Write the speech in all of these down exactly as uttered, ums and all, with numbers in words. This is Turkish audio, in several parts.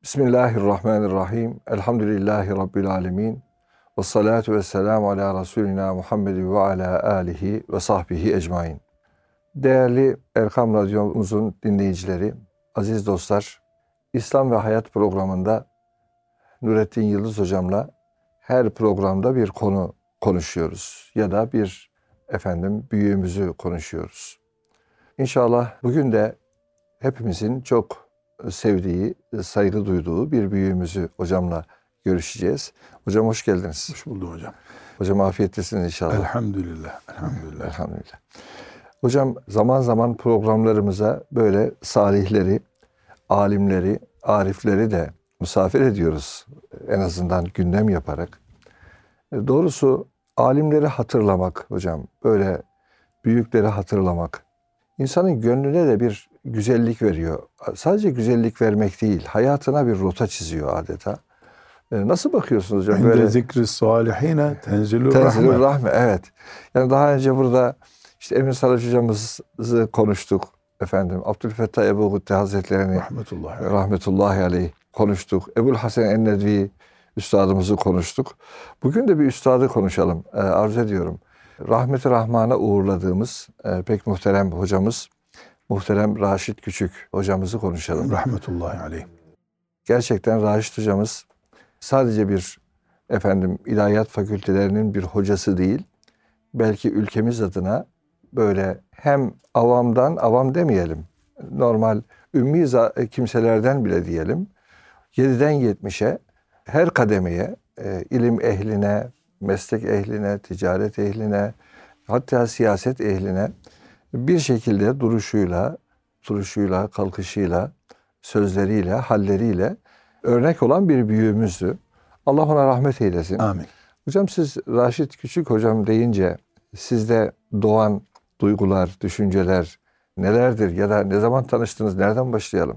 Bismillahirrahmanirrahim. Elhamdülillahi Rabbil alemin. Ve salatu ve selamu ala Resulina Muhammed ve ala alihi ve sahbihi ecmain. Değerli Erkam Radyomuzun dinleyicileri, aziz dostlar, İslam ve Hayat programında Nurettin Yıldız hocamla her programda bir konu konuşuyoruz ya da bir efendim büyüğümüzü konuşuyoruz. İnşallah bugün de hepimizin çok sevdiği, saygı duyduğu bir büyüğümüzü hocamla görüşeceğiz. Hocam hoş geldiniz. Hoş bulduk hocam. Hocam afiyettesiniz inşallah. Elhamdülillah. Elhamdülillah. Elhamdülillah. Hocam zaman zaman programlarımıza böyle salihleri, alimleri, arifleri de misafir ediyoruz. En azından gündem yaparak. Doğrusu alimleri hatırlamak hocam, böyle büyükleri hatırlamak insanın gönlüne de bir güzellik veriyor. Sadece güzellik vermek değil, hayatına bir rota çiziyor adeta. Nasıl bakıyorsunuz hocam? Böyle zikri salihine tenzilur rahme. Tenzilur rahme, evet. Yani daha önce burada işte Emin Saraç hocamızı konuştuk efendim. Abdülfettah Ebu Gütte Hazretlerini rahmetullahi, rahmetullahi aleyh konuştuk. Ebu'l Hasan en-Nedvi üstadımızı konuştuk. Bugün de bir üstadı konuşalım. Ee, arzu ediyorum. Rahmet-i Rahman'a uğurladığımız e, pek muhterem hocamız, muhterem Raşit Küçük hocamızı konuşalım. Rahmetullahi aleyh. Gerçekten Raşit hocamız sadece bir efendim ilahiyat fakültelerinin bir hocası değil, belki ülkemiz adına böyle hem avamdan, avam demeyelim, normal ümmi kimselerden bile diyelim, yediden yetmişe her kademeye, e, ilim ehline, meslek ehline, ticaret ehline, hatta siyaset ehline bir şekilde duruşuyla, duruşuyla, kalkışıyla, sözleriyle, halleriyle örnek olan bir büyüğümüzdü. Allah ona rahmet eylesin. Amin. Hocam siz Raşit Küçük hocam deyince sizde doğan duygular, düşünceler nelerdir ya da ne zaman tanıştınız? Nereden başlayalım?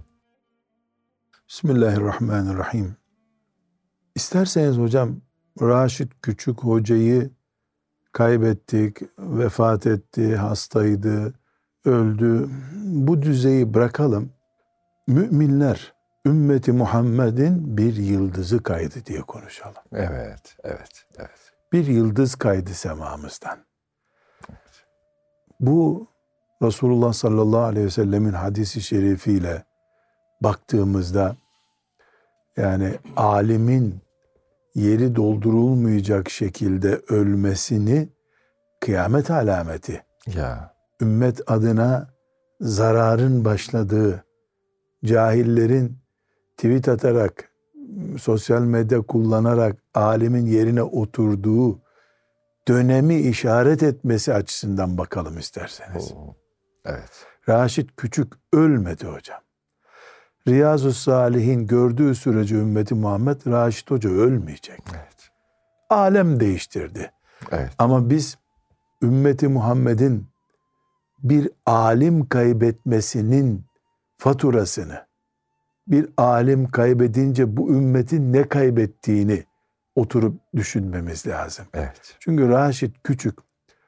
Bismillahirrahmanirrahim. İsterseniz hocam Raşit Küçük hocayı kaybettik, vefat etti, hastaydı, öldü. Bu düzeyi bırakalım. Müminler ümmeti Muhammed'in bir yıldızı kaydı diye konuşalım. Evet, evet, evet. Bir yıldız kaydı semamızdan. Evet. Bu Resulullah sallallahu aleyhi ve sellemin hadisi şerifiyle baktığımızda yani alimin yeri doldurulmayacak şekilde ölmesini kıyamet alameti. Ya. Ümmet adına zararın başladığı, cahillerin tweet atarak, sosyal medya kullanarak alimin yerine oturduğu dönemi işaret etmesi açısından bakalım isterseniz. Oo. Evet. Raşit Küçük ölmedi hocam. Riyazu Salihin gördüğü sürece ümmeti Muhammed Raşit Hoca ölmeyecek. Evet. Alem değiştirdi. Evet. Ama biz ümmeti Muhammed'in bir alim kaybetmesinin faturasını, bir alim kaybedince bu ümmetin ne kaybettiğini oturup düşünmemiz lazım. Evet. Çünkü Raşit Küçük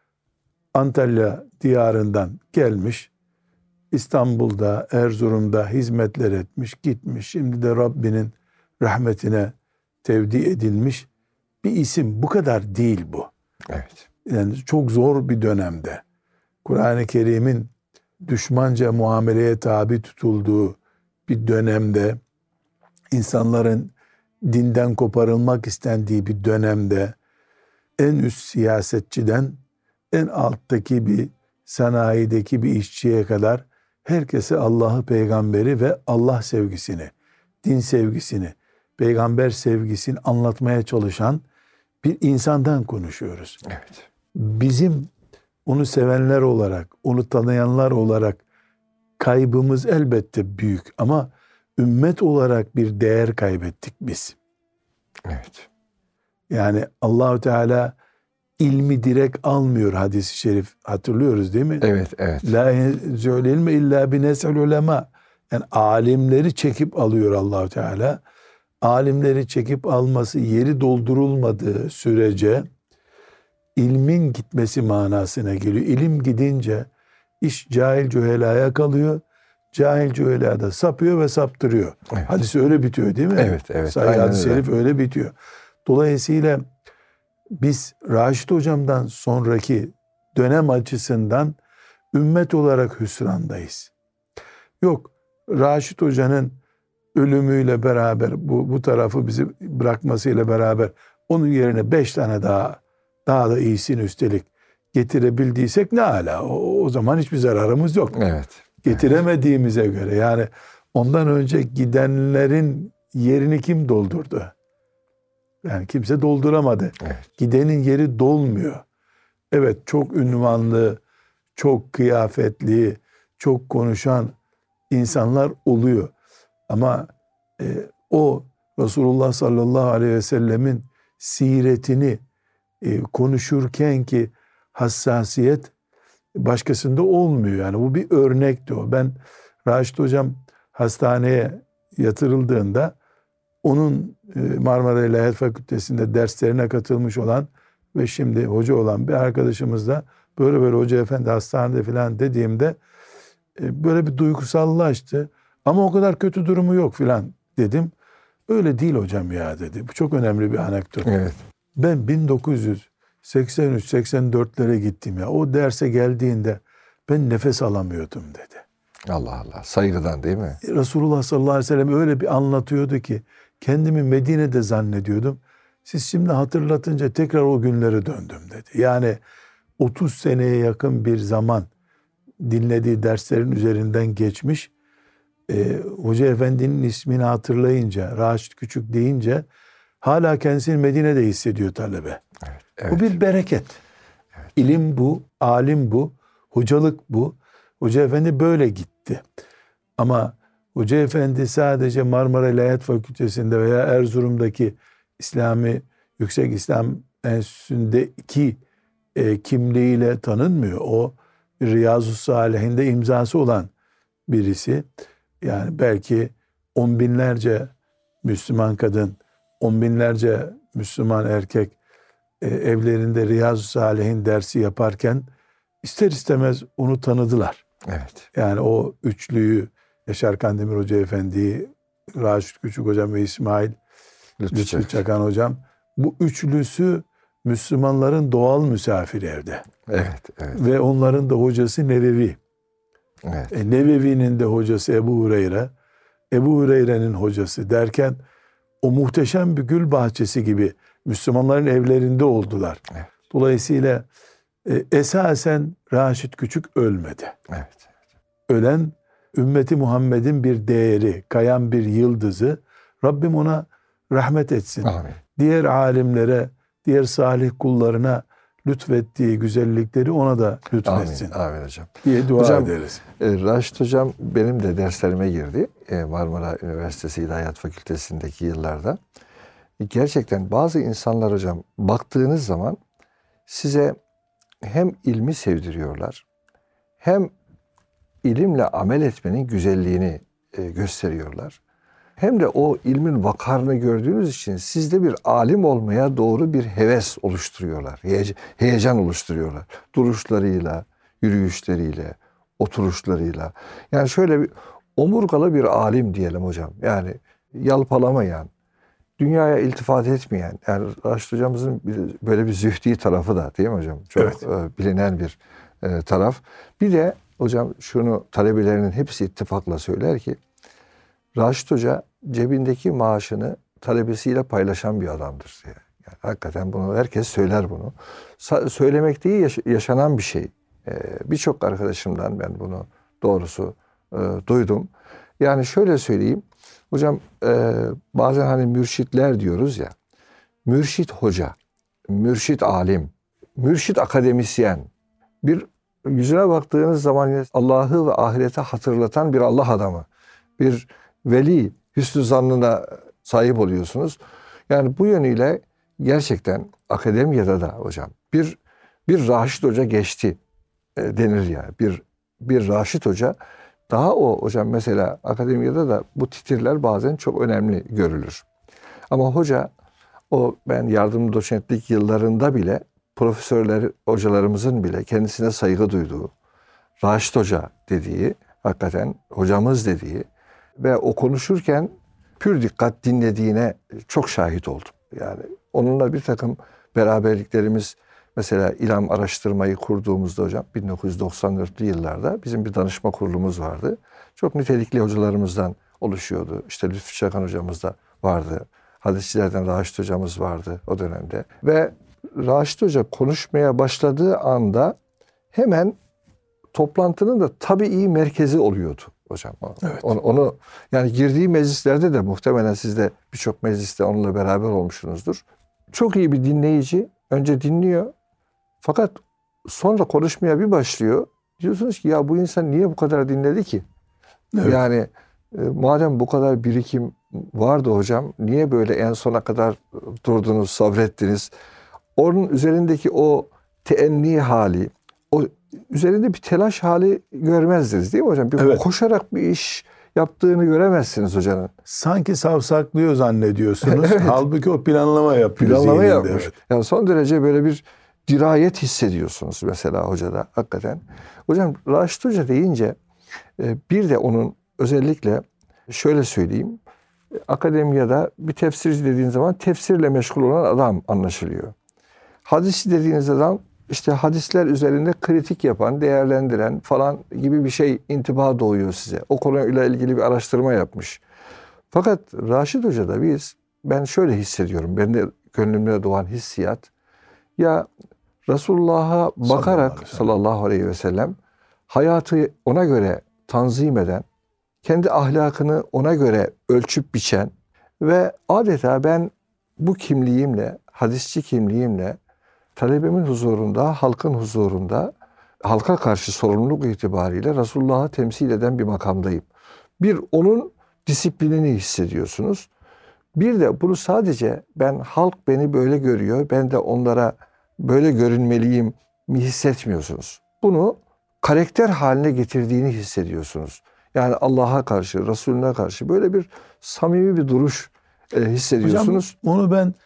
Antalya diyarından gelmiş, İstanbul'da, Erzurum'da hizmetler etmiş, gitmiş. Şimdi de Rabbinin rahmetine tevdi edilmiş bir isim. Bu kadar değil bu. Evet. Yani çok zor bir dönemde Kur'an-ı Kerim'in düşmanca muameleye tabi tutulduğu bir dönemde, insanların dinden koparılmak istendiği bir dönemde en üst siyasetçiden en alttaki bir sanayideki bir işçiye kadar herkese Allah'ı, peygamberi ve Allah sevgisini, din sevgisini, peygamber sevgisini anlatmaya çalışan bir insandan konuşuyoruz. Evet. Bizim onu sevenler olarak, onu tanıyanlar olarak kaybımız elbette büyük ama ümmet olarak bir değer kaybettik biz. Evet. Yani Allahu Teala ilmi direkt almıyor, hadis-i şerif hatırlıyoruz değil mi? Evet, evet. La yenzül ilme illa bi nes'el ulema. Yani alimleri çekip alıyor Allahu Teala. Alimleri çekip alması yeri doldurulmadığı sürece ilmin gitmesi manasına geliyor. İlim gidince iş cahil cühelaya kalıyor. cahil cühelada sapıyor ve saptırıyor. Evet. Hadis öyle bitiyor değil mi? Evet, evet. Sahih Aynen hadis-i öyle. şerif öyle bitiyor. Dolayısıyla biz Raşid hocamdan sonraki dönem açısından ümmet olarak hüsrandayız. Yok, Raşid hocanın ölümüyle beraber bu, bu tarafı bizi bırakmasıyla beraber onun yerine beş tane daha daha da iyisini üstelik getirebildiysek ne ala. O, o zaman hiçbir zararımız yok. Evet. Getiremediğimize göre yani ondan önce gidenlerin yerini kim doldurdu? Yani kimse dolduramadı. Evet. Gidenin yeri dolmuyor. Evet, çok ünvanlı, çok kıyafetli, çok konuşan insanlar oluyor. Ama e, o Resulullah sallallahu aleyhi ve sellemin siretini e, konuşurken ki hassasiyet başkasında olmuyor. Yani bu bir örnekti o. Ben Raşid hocam hastaneye yatırıldığında onun e, Marmara İlahiyat Fakültesi'nde derslerine katılmış olan ve şimdi hoca olan bir arkadaşımızla böyle böyle hoca efendi hastanede falan dediğimde e, böyle bir duygusallaştı. Ama o kadar kötü durumu yok filan dedim. Öyle değil hocam ya dedi. Bu çok önemli bir anekdot. Evet. Ben bin dokuz yüz seksen üç seksen dörtlere gittim ya. O derse geldiğinde ben nefes alamıyordum dedi. Allah Allah. Saygıdan değil mi? Resulullah sallallahu aleyhi ve sellem öyle bir anlatıyordu ki kendimi Medine'de zannediyordum. Siz şimdi hatırlatınca tekrar o günlere döndüm dedi. Yani otuz seneye yakın bir zaman dinlediği derslerin üzerinden geçmiş. Ee, Hoca Efendi'nin ismini hatırlayınca, Raşid Küçük deyince hala kendisini Medine'de hissediyor talebe. Evet. Evet. Bu bir bereket. Evet. İlim bu, alim bu, hocalık bu. Hoca Efendi böyle gitti. Ama Hoca Efendi sadece Marmara İlahiyat Fakültesi'nde veya Erzurum'daki İslami Yüksek İslam Enstitüsü'ndeki e, kimliğiyle tanınmıyor. O Riyazu Salihinde imzası olan birisi. Yani belki on binlerce Müslüman kadın, on binlerce Müslüman erkek e, evlerinde Riyazu Salih'in dersi yaparken ister istemez onu tanıdılar. Evet. Yani o üçlüyü Yaşar Kandemir Hoca Efendi'yi, Raşid Küçük Hocam ve İsmail Lütfü Lütfü Çak. Çakan Hocam. Bu üçlüsü Müslümanların doğal misafiri evde. Evet. Evet. Ve onların da hocası Nevevi. Evet. E, Nevevi'nin de hocası Ebu Hureyre. Ebu Hureyre'nin hocası derken o muhteşem bir gül bahçesi gibi Müslümanların evlerinde oldular. Evet. Dolayısıyla e, esasen Raşid Küçük ölmedi. Evet. Ölen ümmeti Muhammed'in bir değeri, kayan bir yıldızı. Rabbim ona rahmet etsin. Amin. Diğer alimlere, diğer salih kullarına lütfettiği güzellikleri ona da lütfetsin. Amin. Amin hocam. Diye dua Hocam, ederiz. E, Raşid hocam benim de derslerime girdi. E, Marmara Üniversitesi İlahiyat Fakültesi'ndeki yıllarda. E, gerçekten bazı insanlar hocam baktığınız zaman size hem ilmi sevdiriyorlar hem ilimle amel etmenin güzelliğini e, gösteriyorlar. Hem de o ilmin vakarını gördüğünüz için sizde bir alim olmaya doğru bir heves oluşturuyorlar. Heye- heyecan oluşturuyorlar. Duruşlarıyla, yürüyüşleriyle, oturuşlarıyla. Yani şöyle bir omurgalı bir alim diyelim hocam. Yani yalpalamayan, dünyaya iltifat etmeyen. Yani Raşid hocamızın bir- böyle bir zühdi tarafı da değil mi hocam? Çok Evet. e, bilinen bir e, taraf. Bir de hocam şunu talebelerinin hepsi ittifakla söyler ki Raşid Hoca cebindeki maaşını talebesiyle paylaşan bir adamdır diye. Yani hakikaten bunu herkes söyler bunu. Sa- söylemek değil yaş- yaşanan bir şey. Ee, Birçok arkadaşımdan ben bunu doğrusu e, duydum. Yani şöyle söyleyeyim. Hocam e, bazen hani mürşitler diyoruz ya. Mürşit hoca, mürşit alim, mürşit akademisyen. Bir yüzüne baktığınız zaman Allah'ı ve ahirete hatırlatan bir Allah adamı. Bir veli hüsnü zannına sahip oluyorsunuz. Yani bu yönüyle gerçekten akademiyada da hocam bir bir Raşid Hoca geçti e, denir yani. Bir bir Raşid Hoca daha o hocam mesela akademiyada da bu titirler bazen çok önemli görülür. Ama hoca o ben yardımcı doçentlik yıllarında bile profesörler hocalarımızın bile kendisine saygı duyduğu Raşid Hoca dediği Hakikaten hocamız dediği ve o konuşurken pür dikkat dinlediğine çok şahit oldum. Yani onunla bir takım beraberliklerimiz, mesela İLAM araştırmayı kurduğumuzda hocam bin dokuz yüz doksan dörtlü yıllarda bizim bir danışma kurulumuz vardı. Çok nitelikli hocalarımızdan oluşuyordu. İşte Lütfü Çakan hocamız da vardı. Hadisçilerden Raşit hocamız vardı o dönemde. Ve Raşit Hoca konuşmaya başladığı anda hemen toplantının da tabii merkezi oluyordu hocam. Evet. Onu, onu yani girdiği meclislerde de muhtemelen siz de birçok mecliste onunla beraber olmuşsunuzdur. Çok iyi bir dinleyici. Önce dinliyor. Fakat sonra konuşmaya bir başlıyor. Diyorsunuz ki ya bu insan niye bu kadar dinledi ki? Evet. Yani e, madem bu kadar birikim vardı hocam, niye böyle en sona kadar durdunuz, sabrettiniz? Onun üzerindeki o teenni hali, o üzerinde bir telaş hali görmezdiniz değil mi hocam? Bir Evet. koşarak bir iş yaptığını göremezsiniz hocanın. Sanki savsaklıyor zannediyorsunuz. Evet. Halbuki o planlama yapıyor. Planlama zihninde, yapmış. evet. Yani son derece böyle bir dirayet hissediyorsunuz mesela hocada hakikaten. Hocam Raşit Hoca deyince e, bir de onun özellikle şöyle söyleyeyim. Akademiyada bir tefsirci dediğin zaman tefsirle meşgul olan adam anlaşılıyor. Hadisçi dediğiniz adam işte hadisler üzerinde kritik yapan, değerlendiren falan gibi bir şey intiba doğuyor size. O konuyla ilgili bir araştırma yapmış. Fakat Raşit Hoca'da biz, ben şöyle hissediyorum, ben de gönlümde doğan hissiyat, ya Resulullah'a bakarak sallallahu aleyhi ve sellem hayatı ona göre tanzim eden, kendi ahlakını ona göre ölçüp biçen ve adeta ben bu kimliğimle, hadisçi kimliğimle talebemin huzurunda, halkın huzurunda, halka karşı sorumluluk itibariyle Resulullah'ı temsil eden bir makamdayım. Bir, onun disiplinini hissediyorsunuz. Bir de bunu sadece ben, halk beni böyle görüyor, ben de onlara böyle görünmeliyim mi hissetmiyorsunuz. Bunu karakter haline getirdiğini hissediyorsunuz. Yani Allah'a karşı, Resulüne karşı böyle bir samimi bir duruş e, hissediyorsunuz. Hocam onu ben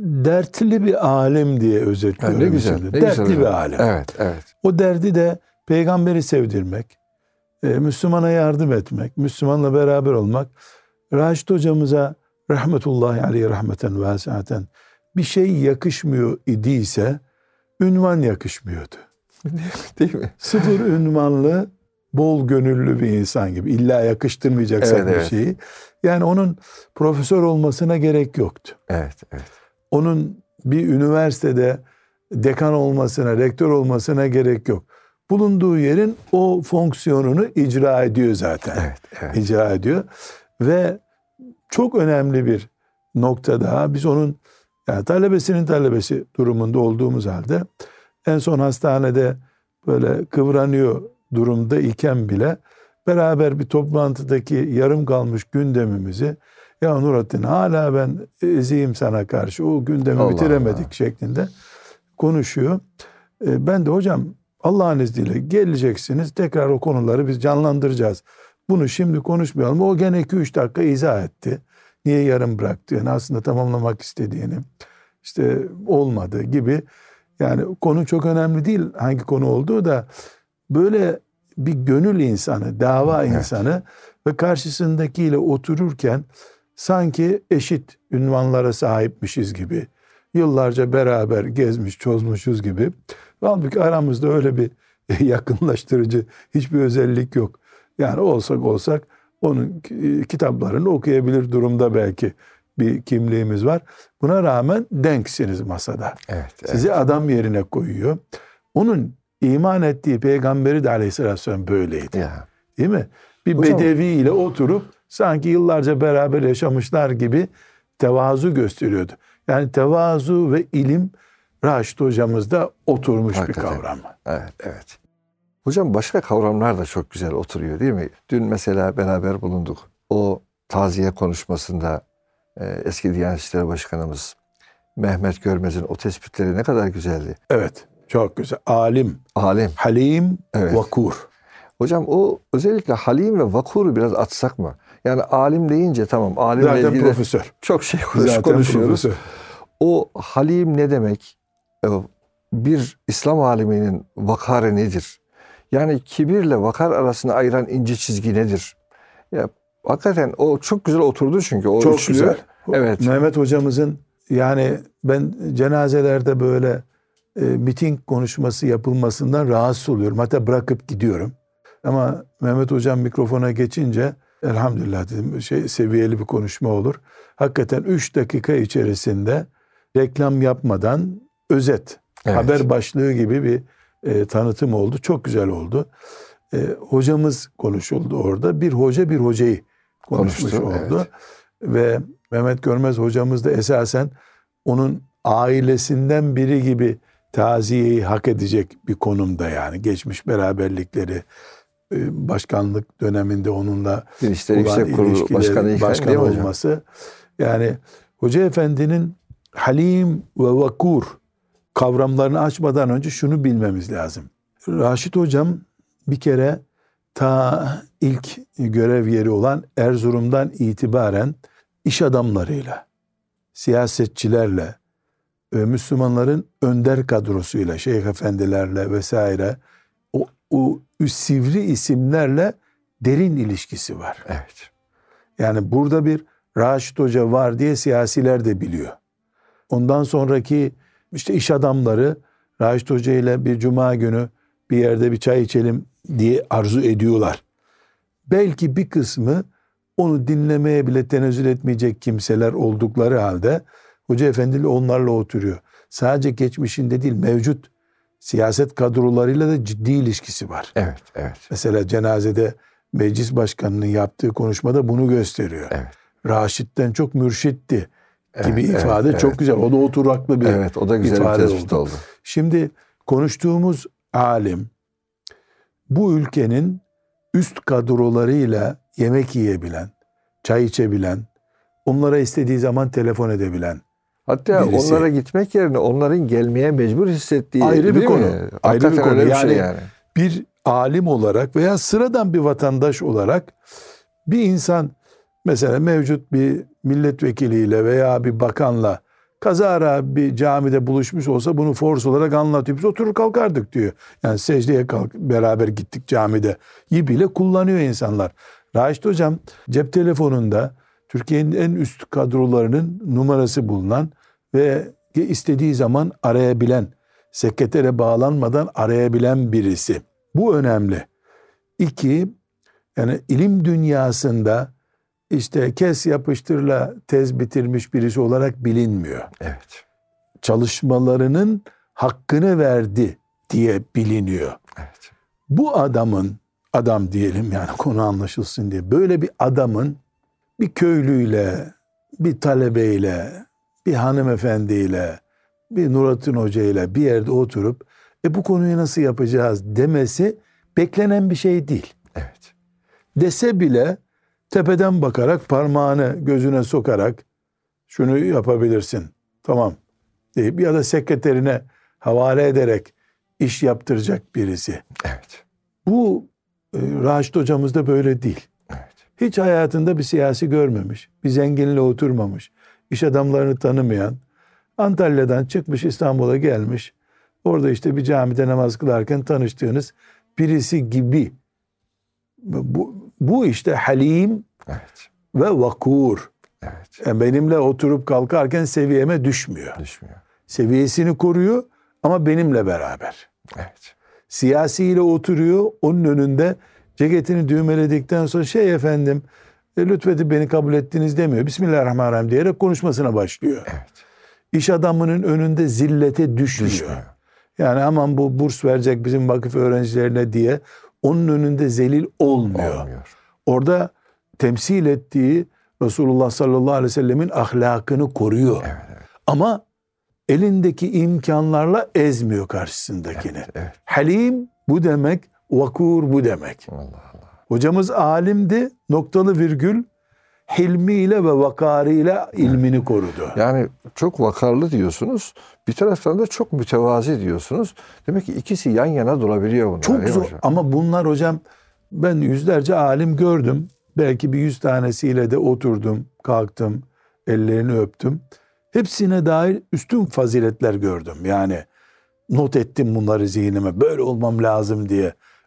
dertli bir alim diye özetliyorum. Yani ne güzel. Şimdi. Ne dertli güzel bir alim. Evet, evet. O derdi de peygamberi sevdirmek, e, Müslümana yardım etmek, Müslümanla beraber olmak. Raşit hocamıza rahmetullahi aleyhi rahmeten vasiaten bir şey yakışmıyor idiyse ünvan yakışmıyordu. Değil mi? Sıfır ünvanlı, bol gönüllü bir insan gibi. İlla yakıştırmayacaksak Evet, bir evet. şeyi. Yani onun profesör olmasına gerek yoktu. Evet, evet. Onun bir üniversitede dekan olmasına, rektör olmasına gerek yok. Bulunduğu yerin o fonksiyonunu icra ediyor zaten. Evet, evet. İcra ediyor. Ve çok önemli bir nokta daha. Biz onun yani talebesinin talebesi durumunda olduğumuz halde en son hastanede böyle kıvranıyor durumda iken bile beraber bir toplantıdaki yarım kalmış gündemimizi, ya Nurattin hala ben eziyim sana karşı, o gündemi Allah bitiremedik Allah. şeklinde konuşuyor. Ben de hocam Allah'ın izniyle geleceksiniz, tekrar o konuları biz canlandıracağız. Bunu şimdi konuşmayalım. O gene iki üç dakika izah etti. Niye yarım bıraktığını, aslında tamamlamak istediğini, işte olmadı gibi. Yani konu çok önemli değil, hangi konu olduğu da, böyle bir gönül insanı, dava Evet. insanı ve karşısındakiyle otururken sanki eşit ünvanlara sahipmişiz gibi, yıllarca beraber gezmiş, çozmuşuz gibi. Halbuki aramızda öyle bir yakınlaştırıcı hiçbir özellik yok. Yani olsak olsak onun kitaplarını okuyabilir durumda belki bir kimliğimiz var. Buna rağmen denksiniz masada. Evet, evet. Sizi adam yerine koyuyor. Onun iman ettiği peygamberi de aleyhissalatü vesselam böyleydi. Ya. Değil mi? Bir Hocam, bedevi ile oturup sanki yıllarca beraber yaşamışlar gibi tevazu gösteriyordu. Yani tevazu ve ilim Raşit hocamızda oturmuş hakikaten. bir kavram. Evet, evet. Hocam başka kavramlar da çok güzel oturuyor değil mi? Dün mesela beraber bulunduk. O taziye konuşmasında e, eski Diyanet İşleri Başkanımız Mehmet Görmez'in o tespitleri ne kadar güzeldi. Evet, çok güzel. Alim, Alim. halim, Evet. vakur. Hocam o özellikle halim ve vakuru biraz atsak mı? Yani alim deyince tamam, alimle Zaten ilgili profesör. çok şey konuş, Zaten konuşuyoruz. profesör. O halim ne demek? Bir İslam aliminin vakarı nedir? Yani kibirle vakar arasında ayıran ince çizgi nedir? Ya hakikaten o çok güzel oturdu çünkü o Çok üçlü. güzel. Evet. Mehmet hocamızın, yani ben cenazelerde böyle e, miting konuşması yapılmasından rahatsız oluyorum. Hatta bırakıp gidiyorum. Ama Mehmet hocam mikrofona geçince elhamdülillah dedim, şey, seviyeli bir konuşma olur. Hakikaten üç dakika içerisinde reklam yapmadan özet, Evet. haber başlığı gibi bir e, tanıtım oldu. Çok güzel oldu. E, hocamız konuşuldu orada. Bir hoca bir hocayı konuşmuş Konuştu, oldu. evet. Ve Mehmet Görmez hocamız da esasen onun ailesinden biri gibi taziyeyi hak edecek bir konumda yani. Geçmiş beraberlikleri, başkanlık döneminde onunla Bir işte olan Yüksek Kurulu ilişkileri, Başkanı iken başkan değil mi hocam? olması. Yani Hoca Efendi'nin halim ve vakur kavramlarını açmadan önce şunu bilmemiz lazım. Raşit hocam bir kere ta ilk görev yeri olan Erzurum'dan itibaren iş adamlarıyla, siyasetçilerle, Müslümanların önder kadrosuyla, şeyh efendilerle vesaire o, o sivri isimlerle derin ilişkisi var. Evet. Yani burada bir Raşit Hoca var diye siyasiler de biliyor. Ondan sonraki işte iş adamları Raşit Hoca ile bir cuma günü bir yerde bir çay içelim diye arzu ediyorlar. Belki bir kısmı onu dinlemeye bile tenezzül etmeyecek kimseler oldukları halde Hoca Efendi ile onlarla oturuyor. Sadece geçmişinde değil, mevcut siyaset kadrolarıyla da ciddi ilişkisi var. Evet, evet. Mesela cenazede meclis başkanının yaptığı konuşmada bunu gösteriyor. Evet. Raşit'ten çok mürşitti gibi Evet, ifade evet, çok evet. güzel. O da oturaklı bir Evet, o da güzel ifade bir tespit oldu. oldu. Şimdi konuştuğumuz alim bu ülkenin üst kadrolarıyla yemek yiyebilen, çay içebilen, onlara istediği zaman telefon edebilen. Hatta birisi. onlara gitmek yerine onların gelmeye mecbur hissettiği Ayrı bir değil konu. mi? Ayrı Hakikaten bir konu. öyle bir Yani, şey yani. bir alim olarak veya sıradan bir vatandaş olarak bir insan mesela mevcut bir milletvekiliyle veya bir bakanla kazara bir camide buluşmuş olsa bunu force olarak anlatıyor. Biz oturur kalkardık diyor. Yani secdeye kalk, beraber gittik camide. İyi bile kullanıyor insanlar. Raşit hocam cep telefonunda Türkiye'nin en üst kadrolarının numarası bulunan ve istediği zaman arayabilen, sekretere bağlanmadan arayabilen birisi. Bu önemli. İki, yani ilim dünyasında işte kes yapıştırla tez bitirmiş birisi olarak bilinmiyor. Evet. Çalışmalarının hakkını verdi diye biliniyor. Evet. Bu adamın, adam diyelim yani konu anlaşılsın diye, böyle bir adamın bir köylüyle, bir talebeyle, bir hanımefendiyle, bir Nurattin Hoca ile bir yerde oturup e bu konuyu nasıl yapacağız demesi beklenen bir şey değil. Evet. Dese bile tepeden bakarak, parmağını gözüne sokarak şunu yapabilirsin, tamam deyip ya da sekreterine havale ederek iş yaptıracak birisi. Evet. Bu e, Raşit hocamız da böyle değil. Evet. Hiç hayatında bir siyasi görmemiş, bir zenginle oturmamış, iş adamlarını tanımayan, Antalya'dan çıkmış İstanbul'a gelmiş, orada işte bir camide namaz kılarken tanıştığınız birisi gibi. Bu, bu işte halim Evet. ve vakur. Evet. Yani benimle oturup kalkarken seviyeme düşmüyor. Düşmüyor. Seviyesini koruyor ama benimle beraber. Evet. Siyasiyle oturuyor, onun önünde ceketini düğmeledikten sonra şey efendim e, lütfedip beni kabul ettiniz demiyor. Bismillahirrahmanirrahim diyerek konuşmasına başlıyor. Evet. İş adamının önünde zillete düşmüyor. Düşmüyor. Yani aman bu burs verecek bizim vakıf öğrencilerine diye onun önünde zelil olmuyor. Olmuyor. Orada temsil ettiği Resulullah sallallahu aleyhi ve sellemin ahlakını koruyor. Evet, evet. Ama elindeki imkanlarla ezmiyor karşısındakini. Evet, evet. Halim bu demek, vakur bu demek. Allah Allah. Hocamız alimdi, noktalı virgül hilmiyle ve vakarıyla ilmini korudu. Yani çok vakarlı diyorsunuz. Bir taraftan da çok mütevazi diyorsunuz. Demek ki ikisi yan yana durabiliyor bunlar. Çok değil mi zor hocam? ama bunlar hocam, ben yüzlerce alim gördüm. Belki bir yüz tanesiyle de oturdum, kalktım, ellerini öptüm. Hepsine dair üstün faziletler gördüm. Yani not ettim bunları zihnime. Böyle olmam lazım diye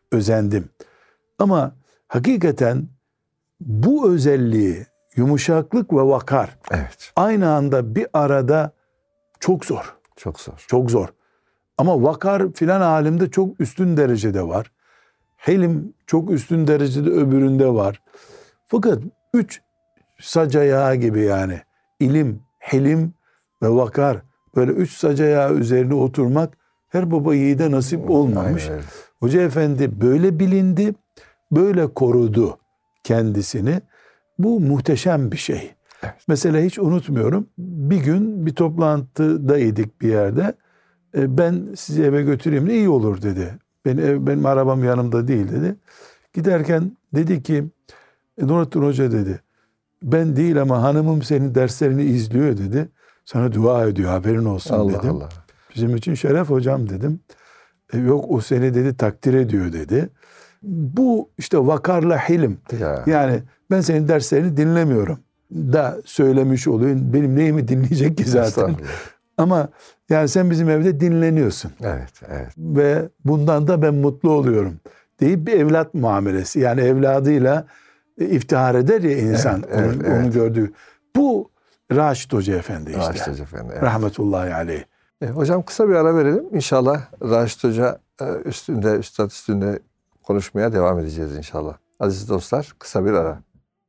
özendim. Ama hakikaten bu özelliği, yumuşaklık ve vakar Evet. aynı anda bir arada çok zor. Çok zor. Çok zor. Ama vakar filan alimde çok üstün derecede var. Helim çok üstün derecede öbüründe var. Fakat üç sac ayağı gibi yani ilim, helim ve vakar böyle üç sac ayağı üzerine oturmak her baba yiğide nasip olmamış. Aynen öyle. Hoca efendi böyle bilindi, böyle korudu kendisini. Bu muhteşem bir şey. Evet. Mesela hiç unutmuyorum. Bir gün bir toplantıdaydık bir yerde. E, ben sizi eve götüreyim de iyi olur dedi. Benim, ev, benim arabam yanımda değil dedi. Giderken dedi ki e, Nurettin Hoca dedi. Ben değil ama hanımım senin derslerini izliyor dedi. Sana dua ediyor haberin olsun Allah dedim. Allah. Bizim için şeref hocam dedim. E, yok o seni dedi takdir ediyor dedi. Bu işte vakarla hilim. Ya. Yani ben senin derslerini dinlemiyorum da söylemiş oluyor. Benim neyimi dinleyecek ki zaten. Estağfurullah. Ama yani sen bizim evde dinleniyorsun. Evet, evet. Ve bundan da ben mutlu oluyorum deyip bir evlat muamelesi. Yani evladıyla iftihar eder ya insan Evet, evet, onu, evet. onu gördüğü. Bu Raşid Hoca Efendi işte. Raşit Hoca Efendi. Evet. Rahmetullahi aleyh. E, hocam kısa bir ara verelim. İnşallah Raşit Hoca e, üstünde, üstad üstünde konuşmaya devam edeceğiz inşallah. Aziz dostlar, kısa bir ara.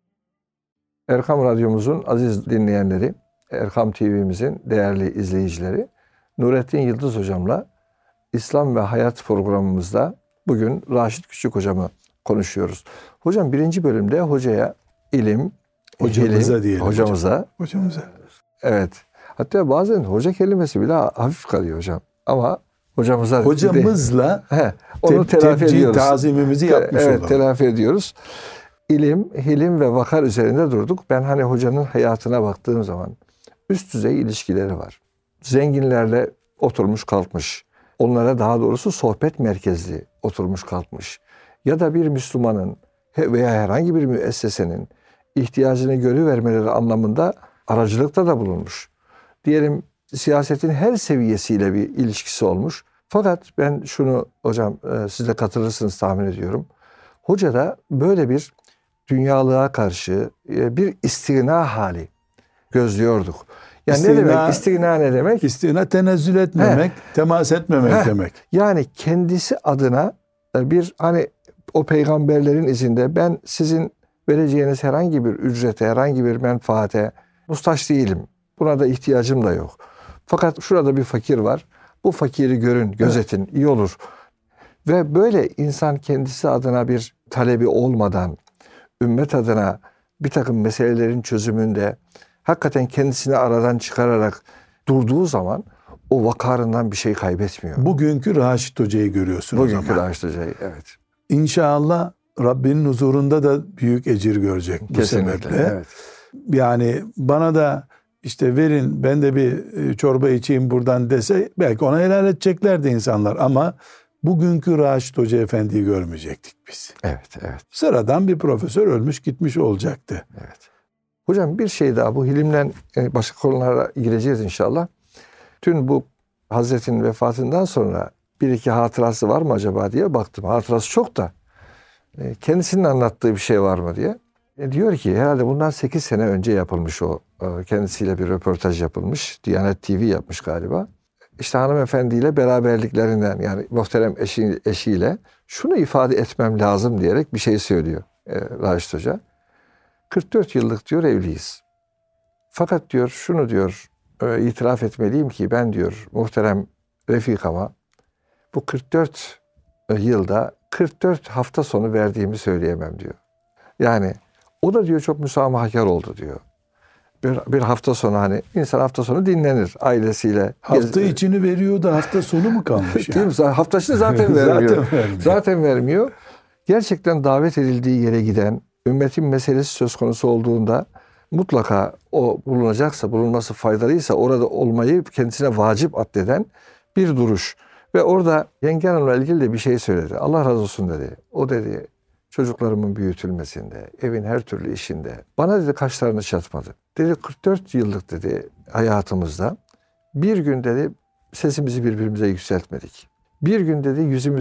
Erkam Radyomuzun aziz dinleyenleri, Erkam T V'mizin değerli izleyicileri, Nurettin Yıldız Hocam'la İslam ve Hayat programımızda bugün Raşit Küçük Hocam'ı konuşuyoruz. Hocam birinci bölümde hocaya ilim, Hocamıza ilim, diyelim hocamıza, Hocamıza. evet. Hatta bazen hoca kelimesi bile hafif kalıyor hocam. Ama hocamıza Hocamızla he, onu te- telafi tebcih ediyoruz. tazimimizi yapmış Evet, olalım. telafi ediyoruz. İlim, hilim ve vakar üzerinde durduk. Ben hani hocanın hayatına baktığım zaman üst düzey ilişkileri var. Zenginlerle oturmuş kalkmış. Onlara daha doğrusu sohbet merkezli oturmuş kalkmış. Ya da bir Müslümanın veya herhangi bir müessesenin ihtiyacını görüvermeleri anlamında aracılıkta da bulunmuş. Diyelim siyasetin her seviyesiyle bir ilişkisi olmuş. Fakat ben şunu hocam siz de katılırsınız tahmin ediyorum. Hoca da böyle bir dünyalığa karşı bir istigna hali gözlüyorduk. Yani İstigna, ne demek? İstigna ne demek? İstigna tenezzül etmemek, He. temas etmemek He. demek. Yani kendisi adına bir hani o peygamberlerin izinde ben sizin vereceğiniz herhangi bir ücrete, herhangi bir menfaate muhtaç değilim. Buna da ihtiyacım da yok. Fakat şurada bir fakir var. Bu fakiri görün, gözetin, evet. iyi olur. Ve böyle insan kendisi adına bir talebi olmadan, ümmet adına bir takım meselelerin çözümünde hakikaten kendisini aradan çıkararak durduğu zaman o vakarından bir şey kaybetmiyor. Bugünkü Raşit Hoca'yı görüyorsun Bugünkü o zaman. Raşit Hoca'yı, evet. İnşallah Rabbinin huzurunda da büyük ecir görecek bu Kesinlikle, sebeple. evet. Yani bana da işte verin ben de bir çorba içeyim buradan dese belki ona helal edeceklerdi insanlar ama bugünkü Raşit Hoca Efendi'yi görmeyecektik biz. Evet, evet. Sıradan bir profesör ölmüş gitmiş olacaktı. Evet. Hocam bir şey daha, bu hilimden başka konulara gireceğiz inşallah. Tüm bu Hazretin vefatından sonra bir iki hatırası var mı acaba diye baktım. Hatırası çok da kendisinin anlattığı bir şey var mı diye. E diyor ki herhalde bundan sekiz sene önce yapılmış o. Kendisiyle bir röportaj yapılmış. Diyanet T V yapmış galiba. İşte hanımefendiyle beraberliklerinden yani muhterem eşi, eşiyle şunu ifade etmem lazım diyerek bir şey söylüyor e, Raşit Hoca. kırk dört yıllık diyor evliyiz. Fakat diyor şunu diyor e, itiraf etmeliyim ki ben diyor muhterem Refikama bu kırk dört yılda kırk dört hafta sonu verdiğimi söyleyemem diyor. Yani o da diyor çok müsamahakar oldu diyor. Bir, bir hafta sonu hani insan hafta sonu dinlenir ailesiyle. Hafta gez... içini veriyor da hafta sonu mu kalmış? Değil mi? Hafta içini zaten vermiyor. zaten vermiyor. Zaten vermiyor. Gerçekten davet edildiği yere giden, ümmetin meselesi söz konusu olduğunda mutlaka o bulunacaksa, bulunması faydalıysa orada olmayı kendisine vacip addeden bir duruş. Ve orada Yengen Hanım'la ilgili de bir şey söyledi. Allah razı olsun dedi. O dedi çocuklarımın büyütülmesinde, evin her türlü işinde bana dedi kaşlarını çatmadı. Dedi kırk dört yıllık dedi hayatımızda bir gün dedi sesimizi birbirimize yükseltmedik. Bir gün dedi yüzümüzü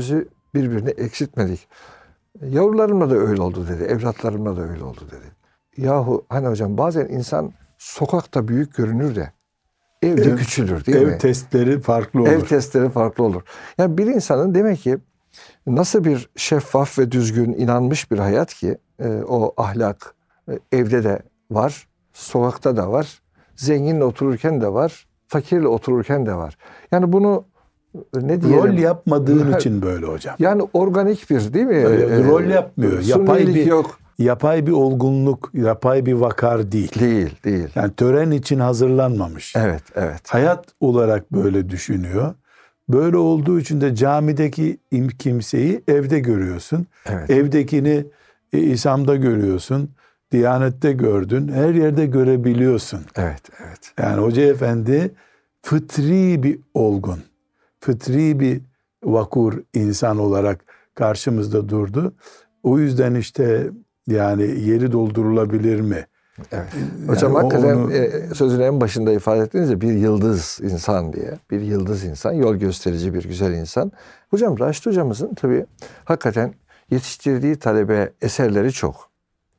birbirini eksiltmedik. Yavrularımla da öyle oldu dedi. Evlatlarımla da öyle oldu dedi. Yahu hani hocam bazen insan sokakta büyük görünür de evde Ev- küçülür değil Ev mi? testleri farklı olur. Ev testleri farklı olur. Yani bir insanın demek ki nasıl bir şeffaf ve düzgün inanmış bir hayat ki e, o ahlak e, evde de var, sokakta da var, zenginle otururken de var, fakirle otururken de var. Yani bunu e, ne diyelim? Rol yapmadığın Her- için böyle hocam. Yani organik bir değil mi? Öyle, E, rol yapmıyor. Yapay sunilik bir yok. yapay bir olgunluk, yapay bir vakar değil. Değil, değil. Yani tören için hazırlanmamış. Evet, evet. Hayat olarak böyle düşünüyor. Böyle olduğu için de camideki im- kimseyi evde görüyorsun. Evet. Evdekini e, İslam'da görüyorsun. Diyanette gördün. Her yerde görebiliyorsun. Evet, evet. Yani Hoca Efendi fıtri bir olgun, fıtri bir vakur insan olarak karşımızda durdu. O yüzden işte yani yeri doldurulabilir mi? Evet. Yani Hocam o- hakikaten onu- e, sözün en başında ifade ettiniz ya bir yıldız insan diye. Bir yıldız insan, yol gösterici bir güzel insan. Hocam Raşit hocamızın tabii hakikaten yetiştirdiği talebe eserleri çok.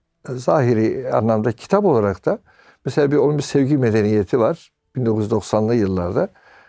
Zahiri anlamda kitap olarak da mesela bir onun bir sevgi medeniyeti var. bin dokuz yüz doksanlı yıllarda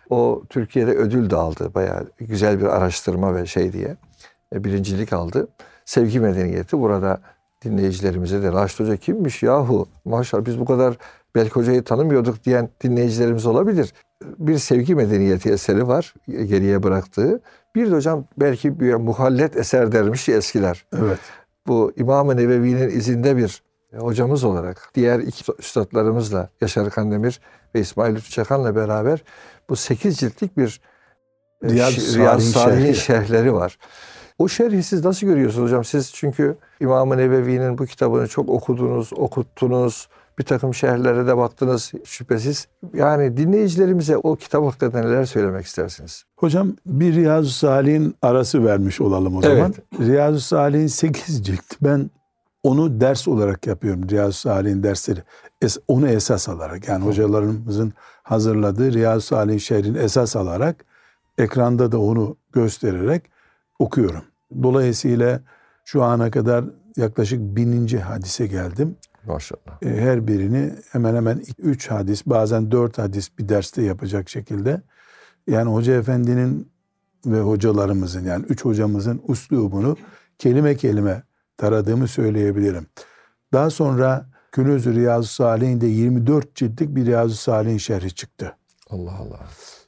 o Türkiye'de ödül de aldı. Bayağı güzel bir araştırma ve şey diye e, birincilik aldı. Sevgi medeniyeti burada dinleyicilerimize de Raşit Hoca kimmiş yahu maşallah biz bu kadar belki hocayı tanımıyorduk diyen dinleyicilerimiz olabilir. Bir sevgi medeniyeti eseri var geriye bıraktığı. Bir de hocam belki bir muhallet eser dermiş ya eskiler. Evet. Bu İmam-ı Nevevi'nin izinde bir hocamız olarak diğer iki üstadlarımızla Yaşar Kandemir ve İsmail Lütfü Çakan'la beraber bu sekiz ciltlik bir e, Riyaz-ı şi- Riyaz-ı Salihin Salihin şerhi. şerhleri var. O şerhi siz nasıl görüyorsunuz hocam? Siz çünkü İmam-ı Nevevi'nin bu kitabını çok okudunuz, okuttunuz. Bir takım şerhlere de baktınız şüphesiz. Yani dinleyicilerimize o kitap hakkında neler söylemek istersiniz? Hocam bir Riyazu Salih'in arası vermiş olalım o Evet. zaman. Riyazu Salih'in sekiz cilt. Ben onu ders olarak yapıyorum. Riyazu Salih'in dersleri. Es- onu esas alarak yani hocalarımızın hazırladığı Riyazu Salih'in şerhini esas alarak ekranda da onu göstererek okuyorum. Dolayısıyla şu ana kadar yaklaşık bininci hadise geldim. Maşallah. E, Her birini hemen hemen üç hadis bazen dört hadis bir derste yapacak şekilde yani Hoca Efendi'nin ve hocalarımızın yani üç hocamızın üslubunu kelime kelime taradığımı söyleyebilirim. Daha sonra Künûz-ü Riyazu Salih'in de yirmi dört ciltlik bir Riyazu Salih'in şerhi çıktı. Allah Allah.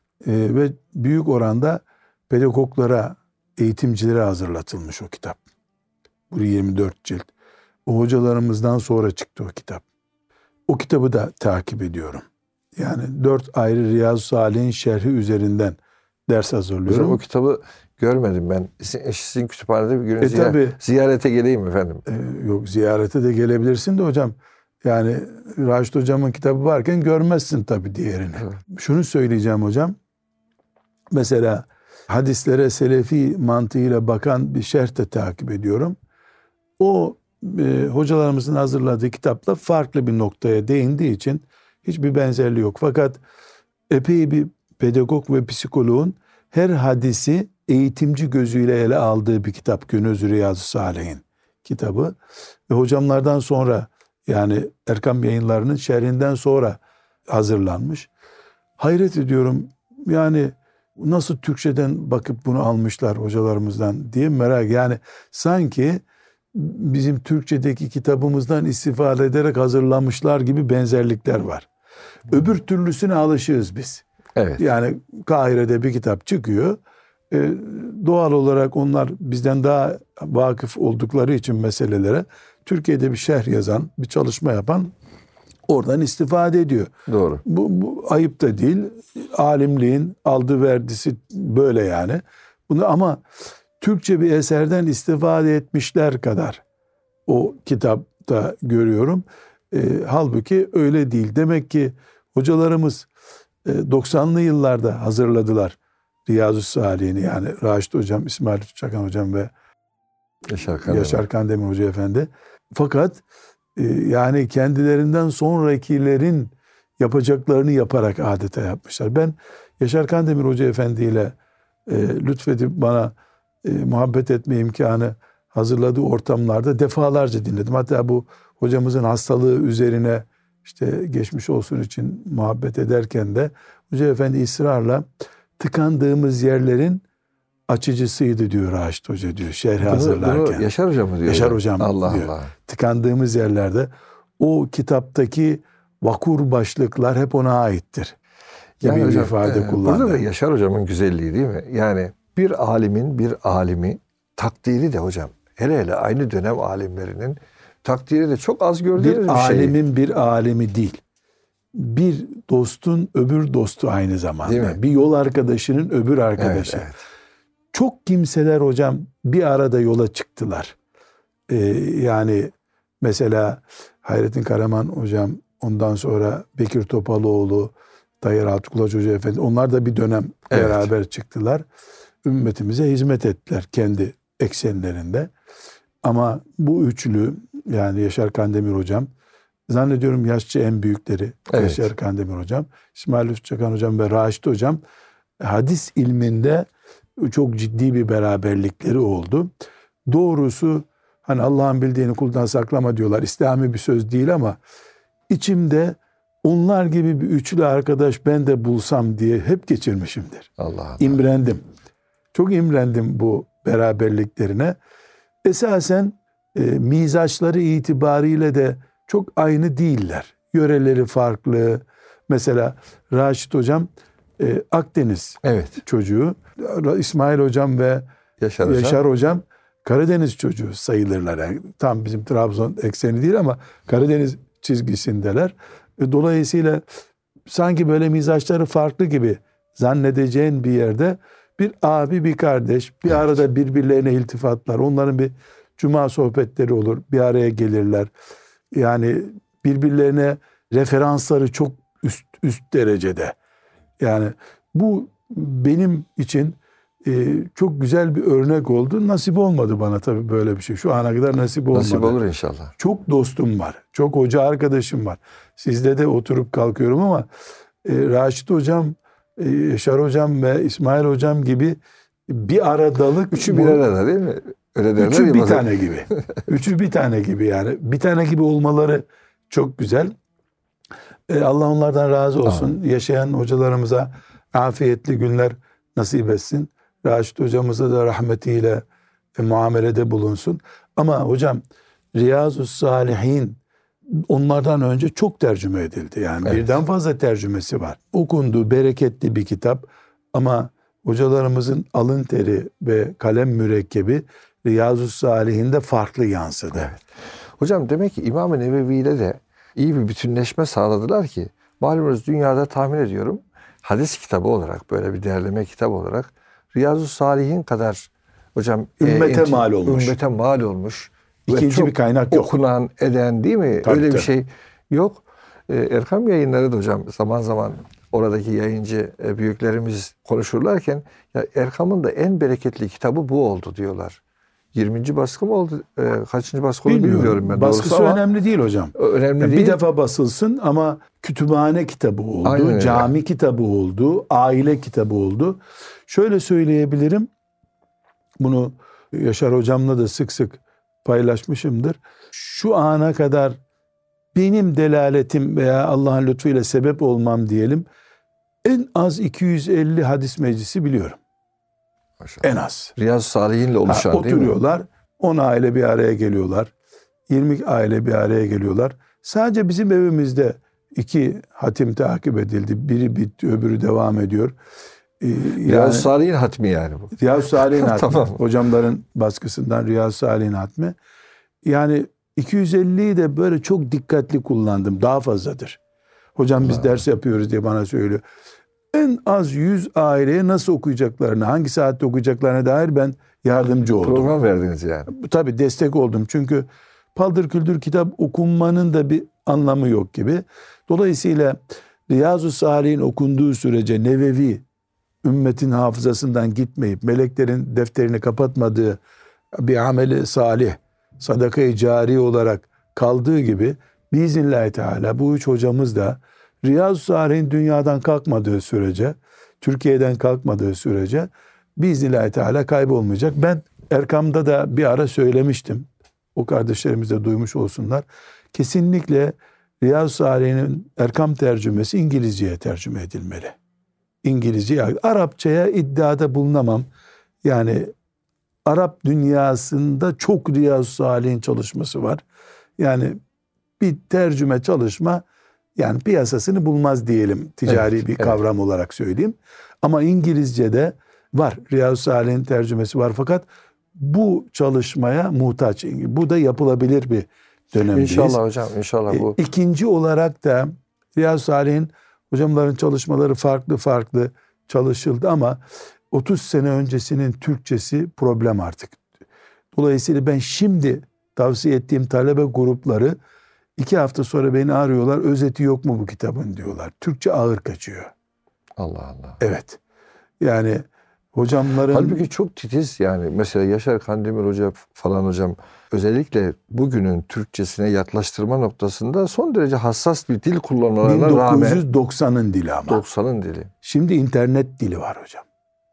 E, ve büyük oranda pedagoglara, eğitimcilere hazırlatılmış o kitap. Bu yirmi dört cilt. O hocalarımızdan sonra çıktı o kitap. O kitabı da takip ediyorum. Yani dört ayrı Riyazu Salih'in şerhi üzerinden ders hazırlıyorum. Hocam o kitabı görmedim ben. Sizin, sizin kütüphanede bir gün E ziya- tabii. ziyarete geleyim efendim. Ee, yok ziyarete de gelebilirsin de hocam. Yani Raşit hocamın kitabı varken görmezsin tabii diğerini. Evet. Şunu söyleyeceğim hocam. Mesela hadislere selefi mantığıyla bakan bir şerh de takip ediyorum. O e, hocalarımızın hazırladığı kitapla farklı bir noktaya değindiği için hiçbir benzerliği yok. Fakat epey bir pedagog ve psikoloğun her hadisi eğitimci gözüyle ele aldığı bir kitap. Künûz-ü Riyazu Salih'in kitabı. Ve hocamlardan sonra yani Erkam Yayınları'nın şerhinden sonra hazırlanmış. Hayret ediyorum yani nasıl Türkçeden bakıp bunu almışlar hocalarımızdan diye merak. Yani sanki bizim Türkçedeki kitabımızdan istifade ederek hazırlamışlar gibi benzerlikler var. Öbür türlüsüne alışığız biz. Evet. Yani Kahire'de bir kitap çıkıyor. Ee, doğal olarak onlar bizden daha vakıf oldukları için meselelere Türkiye'de bir şerh yazan, bir çalışma yapan oradan istifade ediyor. Doğru. Bu, bu ayıp da değil. Alimliğin aldı verdisi böyle yani. Bunu ama Türkçe bir eserden istifade etmişler kadar o kitapta görüyorum. E, halbuki öyle değil. Demek ki hocalarımız e, doksanlı yıllarda hazırladılar Riyazu Salih'ini yani Raşit Hocam, İsmail Lütfü Çakan Hocam ve Yaşar Kandemir. Yaşar Kandemir Hoca Efendi. Fakat e, yani kendilerinden sonrakilerin yapacaklarını yaparak adeta yapmışlar. Ben Yaşar Kandemir Hoca Efendi ile e, lütfedip bana e, muhabbet etme imkanı hazırladığı ortamlarda defalarca dinledim. Hatta bu hocamızın hastalığı üzerine işte geçmiş olsun için muhabbet ederken de Hoca Efendi ısrarla tıkandığımız yerlerin açıcısıydı diyor Raşit Hoca diyor şerhi hazırlarken. Bunu Yaşar Hocam mı diyor? Yaşar Hocam Allah diyor. Allah. Tıkandığımız yerlerde o kitaptaki vakur başlıklar hep ona aittir gibi Yani bir hocam, ifade e, kullandı. Burada da Yaşar Hocam'ın güzelliği değil mi? Yani bir alimin bir alimi takdiri de hocam hele hele aynı dönem alimlerinin takdiri de çok az gördüğümüz bir, bir şey. alimin bir alimi değil. Bir dostun öbür dostu aynı zamanda. Bir yol arkadaşının öbür arkadaşı. Evet, evet. Çok kimseler hocam bir arada yola çıktılar. Ee, yani mesela Hayrettin Karaman hocam, ondan sonra Bekir Topaloğlu, Tayyar Altıkulaç Hoca Efendi, onlar da bir dönem Evet. beraber çıktılar. Ümmetimize hizmet ettiler kendi eksenlerinde. Ama bu üçlü, yani Yaşar Kandemir hocam, zannediyorum yaşça en büyükleri Evet. Yaşar Kandemir hocam, İsmail Özçakan hocam ve Raşit hocam, hadis ilminde çok ciddi bir beraberlikleri oldu. Doğrusu hani Allah'ın bildiğini kuldan saklama diyorlar. İslami bir söz değil ama içimde onlar gibi bir üçlü arkadaş ben de bulsam diye hep geçirmişimdir. Allah Allah. İmrendim. Çok imrendim bu beraberliklerine. Esasen e, mizaçları itibariyle de çok aynı değiller. Yöreleri farklı. Mesela Raşit hocam e, Akdeniz Evet. çocuğu. İsmail hocam ve Yaşar Hocam. Yaşar hocam Karadeniz çocuğu sayılırlar. Yani tam bizim Trabzon ekseni değil ama Karadeniz çizgisindeler. E, dolayısıyla sanki böyle mizaçları farklı gibi zannedeceğin bir yerde bir abi bir kardeş bir arada birbirlerine iltifatlar. Onların bir cuma sohbetleri olur. Bir araya gelirler. Yani birbirlerine referansları çok üst üst derecede. Yani bu benim için e, çok güzel bir örnek oldu. Nasip olmadı bana tabii böyle bir şey. Şu ana kadar nasip olmadı. Nasip olur inşallah. Çok dostum var. Çok hoca arkadaşım var. Sizde de oturup kalkıyorum ama e, Raşit hocam, e, Yaşar hocam ve İsmail hocam gibi bir aradalık. Üçü bir arada değil mi? Öyle derler Üçü ya bir bazen. tane gibi. Üçü bir tane gibi yani. Bir tane gibi olmaları çok güzel. E, Allah onlardan razı olsun. Amin. Yaşayan hocalarımıza afiyetli günler nasip etsin. Raşit hocamıza da rahmetiyle e, muamelede bulunsun. Ama hocam Riyazu Salihin onlardan önce çok tercüme edildi. Yani Evet. birden fazla tercümesi var. Okundu, bereketli bir kitap. Ama hocalarımızın alın teri ve kalem mürekkebi Riyazu Salihin'de farklı yansıdı. Evet. Hocam demek ki İmam-ı Nevevi ile de iyi bir bütünleşme sağladılar ki malumunuz dünyada tahmin ediyorum hadis kitabı olarak böyle bir değerleme kitabı olarak Riyazu Salihin kadar hocam Ümmete e, mal olmuş. Ümmete mal olmuş. İkinci Ve çok bir kaynak yok. Okunan, eden değil mi? Tabii, Öyle tabii. bir şey yok. Ee, Erkam Yayınları da hocam zaman zaman oradaki yayıncı e, büyüklerimiz konuşurlarken ya Erkam'ın da en bereketli kitabı bu oldu diyorlar. yirminci baskı mı oldu? E, kaçıncı baskı oldu bilmiyorum ben. Baskısı doğrusu ama önemli değil hocam. önemli Yani değil. bir defa basılsın ama kütüphane kitabı oldu, Aynen öyle. cami kitabı oldu, aile kitabı oldu. Şöyle söyleyebilirim. Bunu Yaşar hocamla da sık sık paylaşmışımdır. Şu ana kadar benim delaletim veya Allah'ın lütfuyla sebep olmam diyelim, en az iki yüz elli hadis meclisi biliyorum. Maşallah. En az. Riyazu Salihin'le oluşan Ha, değil mi? oturuyorlar. on aile bir araya geliyorlar. yirmi aile bir araya geliyorlar. Sadece bizim evimizde iki hatim takip edildi. Biri bitti, öbürü devam ediyor. Ee, Riyazu yani Salih'in hatmi yani bu. Riyazu Salih'in hatmi. Tamam. Hocamların baskısından Riyazu Salih'in hatmi. Yani iki yüz elliyi de böyle çok dikkatli kullandım. Daha fazladır. Hocam biz Allah. ders yapıyoruz diye bana söylüyor. En az yüz aileye nasıl okuyacaklarını, hangi saatte okuyacaklarına dair ben yardımcı oldum. Program verdiniz yani. Tabii destek oldum. Çünkü paldır küldür kitap okunmanın da bir anlamı yok gibi. Dolayısıyla Riyazu Salih'in okunduğu sürece Nevevi ümmetin hafızasından gitmeyip meleklerin defterini kapatmadığı bir ameli salih, sadaka-i cari olarak kaldığı gibi biiznillahü teala bu üç hocamız da Riyazu Salih'in dünyadan kalkmadığı sürece, Türkiye'den kalkmadığı sürece biiznillahü teala kaybolmayacak. Ben Erkam'da da bir ara söylemiştim. O kardeşlerimiz de duymuş olsunlar. Kesinlikle Riyazu Salih'in Erkam tercümesi İngilizceye tercüme edilmeli. İngilizce, Arapçaya iddiada bulunamam. Yani Arap dünyasında çok Riyazu Salih'in çalışması var. Yani bir tercüme çalışma yani piyasasını bulmaz diyelim. Ticari Evet, bir evet. kavram olarak söyleyeyim. Ama İngilizce'de var. Riyazu Salih'in tercümesi var fakat bu çalışmaya muhtaç. Bu da yapılabilir bir dönemdeyiz. İnşallah hocam, inşallah bu. E, İkinci olarak da Riyazu Salih'in hocamların çalışmaları farklı farklı çalışıldı ama otuz sene öncesinin Türkçesi problem artık. Dolayısıyla ben şimdi tavsiye ettiğim talebe grupları iki hafta sonra beni arıyorlar. Özeti yok mu bu kitabın diyorlar. Türkçe ağır kaçıyor. Allah Allah. Evet. Yani hocamların... Halbuki çok titiz yani. Mesela Yaşar Kandemir Hoca falan hocam özellikle bugünün Türkçesine yaklaştırma noktasında son derece hassas bir dil kullanmalarına rağmen. bin dokuz yüz doksanın dili ama. doksanın dili. Şimdi internet dili var hocam.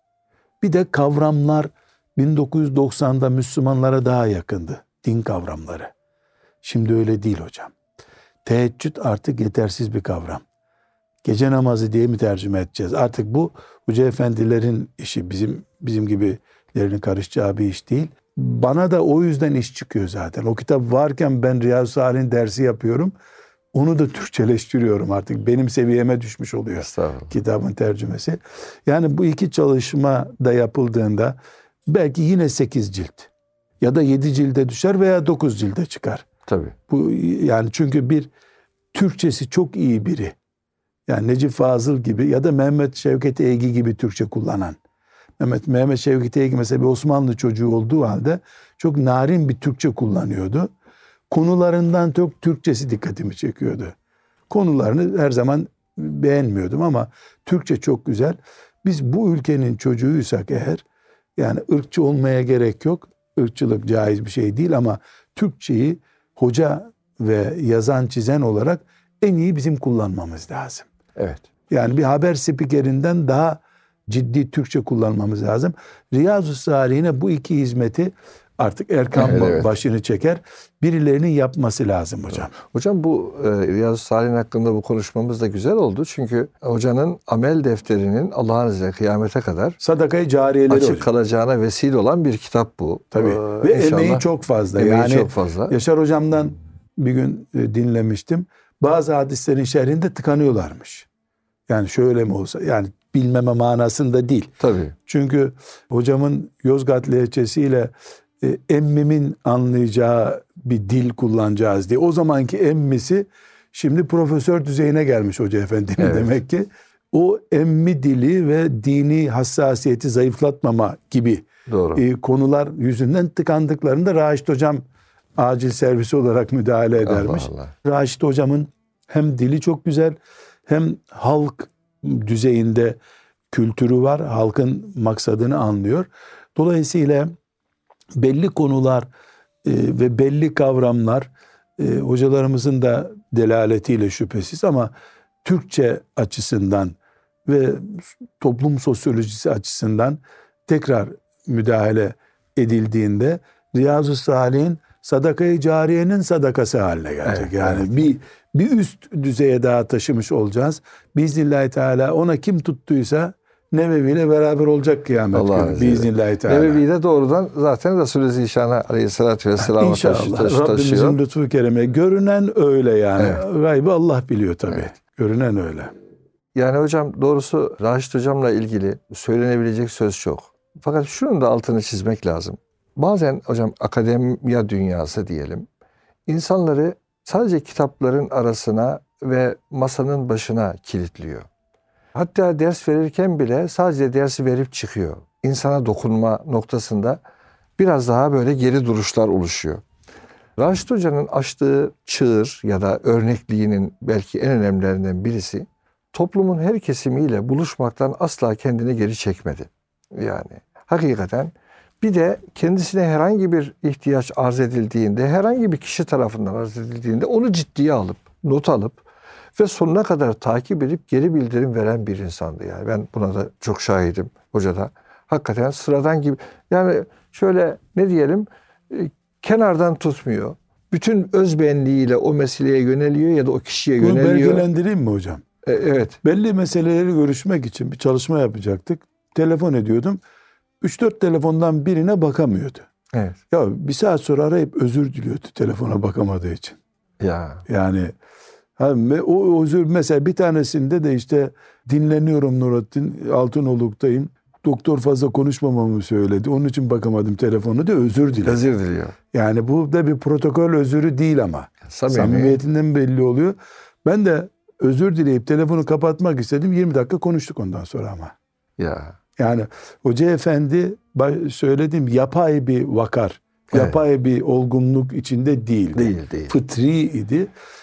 Bir de kavramlar bin dokuz yüz doksanda Müslümanlara daha yakındı. Din kavramları. Şimdi öyle değil hocam. Teheccüd artık yetersiz bir kavram. Gece namazı diye mi tercüme edeceğiz? Artık bu hoca efendilerin işi, bizim bizim gibilerinin karışacağı bir iş değil. Bana da o yüzden iş çıkıyor zaten. O kitap varken ben Riyazu Salih'in dersi yapıyorum. Onu da Türkçeleştiriyorum artık. Benim seviyeme düşmüş oluyor kitabın tercümesi. Yani bu iki çalışma da yapıldığında belki yine sekiz cilt ya da yedi cilde düşer veya dokuz cilde çıkar. Tabii. Bu yani çünkü bir Türkçesi çok iyi biri. Yani Necip Fazıl gibi ya da Mehmet Şevket Eygi gibi Türkçe kullanan. Mehmet, Mehmet Şevket Eygi mesela bir Osmanlı çocuğu olduğu halde çok narin bir Türkçe kullanıyordu. Konularından çok Türkçesi dikkatimi çekiyordu. Konularını her zaman beğenmiyordum ama Türkçe çok güzel. Biz bu ülkenin çocuğuysak eğer yani ırkçı olmaya gerek yok. Irkçılık caiz bir şey değil ama Türkçeyi hoca ve yazan çizen olarak en iyi bizim kullanmamız lazım. Evet. Yani bir haber spikerinden daha ciddi Türkçe kullanmamız lazım. Riyazu Salih'ine bu iki hizmeti artık Erkam Evet, evet. başını çeker. Birilerinin yapması lazım hocam. Hocam bu e, Riyazu Salih'in hakkında bu konuşmamız da güzel oldu. Çünkü hocanın amel defterinin Allah'ın izniyle kıyamete kadar Sadakayı cariyeleri açık hocam. kalacağına vesile olan bir kitap bu. Tabii. Ee, Ve inşallah, emeği çok fazla. Emeği yani çok fazla. Yaşar hocamdan bir gün e, dinlemiştim. Bazı hadislerin şerhinde tıkanıyorlarmış. Yani şöyle mi olsa yani bilmeme manasında değil. Tabii. Çünkü hocamın Yozgat lehçesiyle e, emmimin anlayacağı bir dil kullanacağız diye. O zamanki emmisi şimdi profesör düzeyine gelmiş hoca efendinin Evet. demek ki. O emmi dili ve dini hassasiyeti zayıflatmama gibi Doğru. e, konular yüzünden tıkandıklarında Raşit hocam acil servisi olarak müdahale edermiş. Allah Allah. Raşit hocamın hem dili çok güzel hem halk düzeyinde kültürü var. Halkın maksadını anlıyor. Dolayısıyla belli konular e, ve belli kavramlar e, hocalarımızın da delaletiyle şüphesiz ama Türkçe açısından ve toplum sosyolojisi açısından tekrar müdahale edildiğinde Riyazu Salih'in sadakayı cariyenin sadakası haline gelecek. Evet, yani evet. bir bir üst düzeye daha taşımış olacağız. Biiznillahü teala ona kim tuttuysa Nevevi ile beraber olacak kıyamet Allah günü. Biiznillahü teala. Nevevi de doğrudan zaten Resulü Zişan'a aleyhissalatü vesselam'a taşı, taşı, İnşallah. taşıyor. Rabbimizin lütfu kereme. Görünen öyle yani. Evet. Gaybı Allah biliyor tabii. Evet. Görünen öyle. Yani hocam doğrusu Raşit hocamla ilgili söylenebilecek söz çok. Fakat şunun da altını çizmek lazım. Bazen hocam akademiya dünyası diyelim insanları sadece kitapların arasına ve masanın başına kilitliyor. Hatta ders verirken bile sadece dersi verip çıkıyor. İnsana dokunma noktasında biraz daha böyle geri duruşlar oluşuyor. Raşit Hoca'nın açtığı çığır ya da örnekliğinin belki en önemlilerinden birisi toplumun her kesimiyle buluşmaktan asla kendini geri çekmedi. Yani hakikaten bir de kendisine herhangi bir ihtiyaç arz edildiğinde, herhangi bir kişi tarafından arz edildiğinde onu ciddiye alıp, not alıp ve sonuna kadar takip edip geri bildirim veren bir insandı. Yani ben buna da çok şahidim. Hoca da Hakikaten sıradan gibi. Yani şöyle ne diyelim, e, kenardan tutmuyor. Bütün özbenliğiyle o meseleye yöneliyor ya da o kişiye Bunu yöneliyor. belgelendireyim mi hocam? E, evet. Belli meseleleri görüşmek için bir çalışma yapacaktık. Telefon ediyordum. üç dört telefondan birine bakamıyordu. Evet. Ya bir saat sonra arayıp özür diliyordu telefona bakamadığı için. Ya. Yani ha, o özür mesela bir tanesinde de işte dinleniyorum Nurattin Altınoluk'tayım. Doktor fazla konuşmamamı söyledi. Onun için bakamadım telefonu da özür diledi. Özür diliyor. Yani bu da bir protokol özürü değil ama. Samimi. Samimiyetinden belli oluyor. Ben de özür dileyip telefonu kapatmak istedim. yirmi dakika konuştuk ondan sonra ama. Ya. Yani Hoca Efendi söylediğim yapay bir vakar, Evet. yapay bir olgunluk içinde değildi. Değil, değil. Fıtri idi.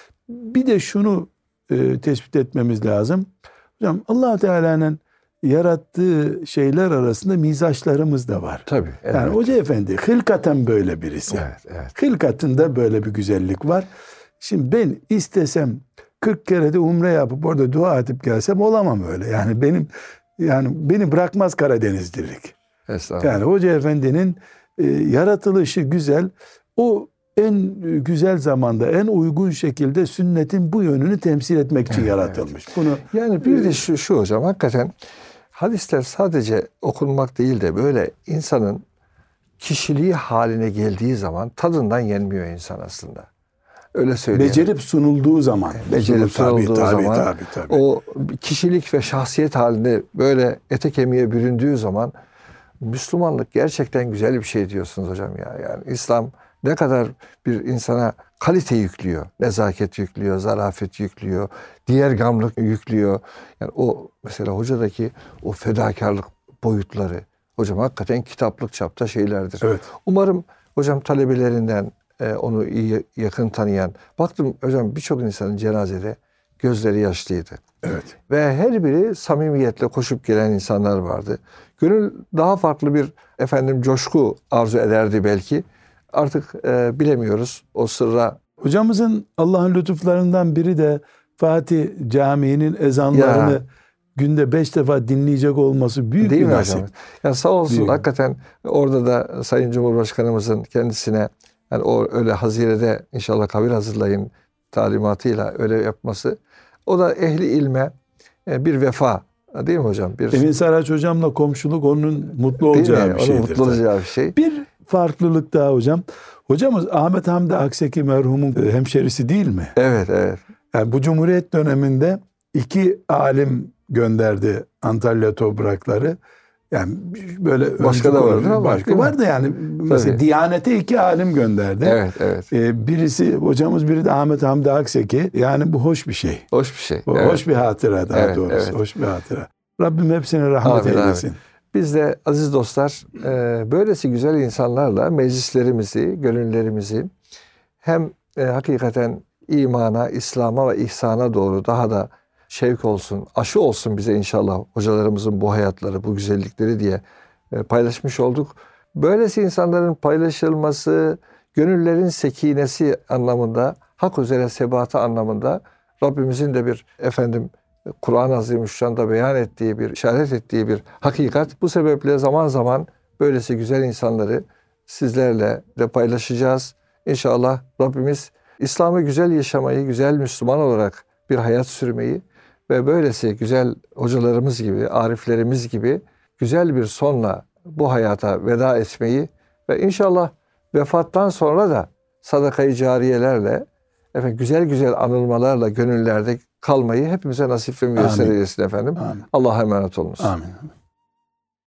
Bir de şunu e, tespit etmemiz lazım. Hocam Allah Teala'nın yarattığı şeyler arasında mizaçlarımız da var. Tabii. Evet. Yani Hoca Efendi hılkaten böyle birisi. Evet, evet. Hılkatında böyle bir güzellik var. Şimdi ben istesem kırk kere de umre yapıp orada dua edip gelsem olamam öyle. Yani benim yani beni bırakmaz Karadenizlilik. Estağfurullah. Yani Hoca Efendi'nin e, yaratılışı güzel. O en güzel zamanda, en uygun şekilde sünnetin bu yönünü temsil etmek için Evet, yaratılmış. Bunu Yani bir de şu, şu hocam, hakikaten hadisler sadece okunmak değil de böyle insanın kişiliği haline geldiği zaman tadından yenmiyor insan aslında. Öyle söyleyeyim. becerip sunulduğu zaman. Becerip Tabii, sunulduğu tabii, zaman tabii, tabii. o kişilik ve şahsiyet halinde böyle ete kemiğe büründüğü zaman Müslümanlık gerçekten güzel bir şey diyorsunuz hocam ya. Yani İslam ne kadar bir insana kalite yüklüyor. Nezaket yüklüyor, zarafet yüklüyor, diğer gamlık yüklüyor. Yani o mesela hocadaki o fedakarlık boyutları hocam hakikaten kitaplık çapta şeylerdir. Evet. Umarım hocam talebelerinden e, onu iyi yakın tanıyan, baktım hocam birçok insanın cenazede gözleri yaşlıydı. Evet. Ve her biri samimiyetle koşup gelen insanlar vardı. Gönül daha farklı bir efendim coşku arzu ederdi belki. Artık e, bilemiyoruz o sırra. Hocamızın Allah'ın lütuflarından biri de Fatih Camii'nin ezanlarını Ya. günde beş defa dinleyecek olması büyük Değil bir mi nasip. hocam? Yani sağ olsun Büyük. hakikaten orada da Sayın Cumhurbaşkanımızın kendisine yani o öyle Hazire'de inşallah kabir hazırlayın talimatıyla öyle yapması. O da ehli ilme e, bir vefa değil mi hocam? Bir, Emin Saraç hocamla komşuluk onun mutlu değil olacağı mi? bir Onun şeydir. mutlu olacağı bir şey. Bir farklılık daha hocam. Hocamız Ahmet Hamdi Akseki merhumun hemşerisi değil mi? Evet, evet. Yani bu Cumhuriyet döneminde iki alim gönderdi Antalya toprakları. Yani böyle Başka da vardır ama başka değil mi? var da yani mesela Tabii. Diyanet'e iki alim gönderdi. Evet, evet. Ee, birisi hocamız biri de Ahmet Hamdi Akseki. Yani bu hoş bir şey. Hoş bir şey. Bu Evet. Hoş bir hatıra daha Evet, doğrusu. evet. Hoş bir hatıra. Rabbim hepsine rahmet Amin, eylesin. amin. Biz de aziz dostlar e, böylesi güzel insanlarla meclislerimizi, gönüllerimizi hem e, hakikaten imana, İslam'a ve ihsana doğru daha da şevk olsun, aşı olsun bize inşallah hocalarımızın bu hayatları, bu güzellikleri diye e, paylaşmış olduk. Böylesi insanların paylaşılması, gönüllerin sekinesi anlamında, hak üzere sebatı anlamında Rabbimizin de bir efendim Kur'an-ı Azimüşşan'da beyan ettiği bir, işaret ettiği bir hakikat. Bu sebeple zaman zaman böylesi güzel insanları sizlerle de paylaşacağız. İnşallah Rabbimiz İslam'ı güzel yaşamayı, güzel Müslüman olarak bir hayat sürmeyi ve böylesi güzel hocalarımız gibi, ariflerimiz gibi güzel bir sonla bu hayata veda etmeyi ve inşallah vefattan sonra da sadaka-i cariyelerle, efendim, güzel güzel anılmalarla gönüllerde kalmayı hepimize nasip ve müyesser Amin. eylesin efendim. Amin. Allah'a emanet olunuz. Amin.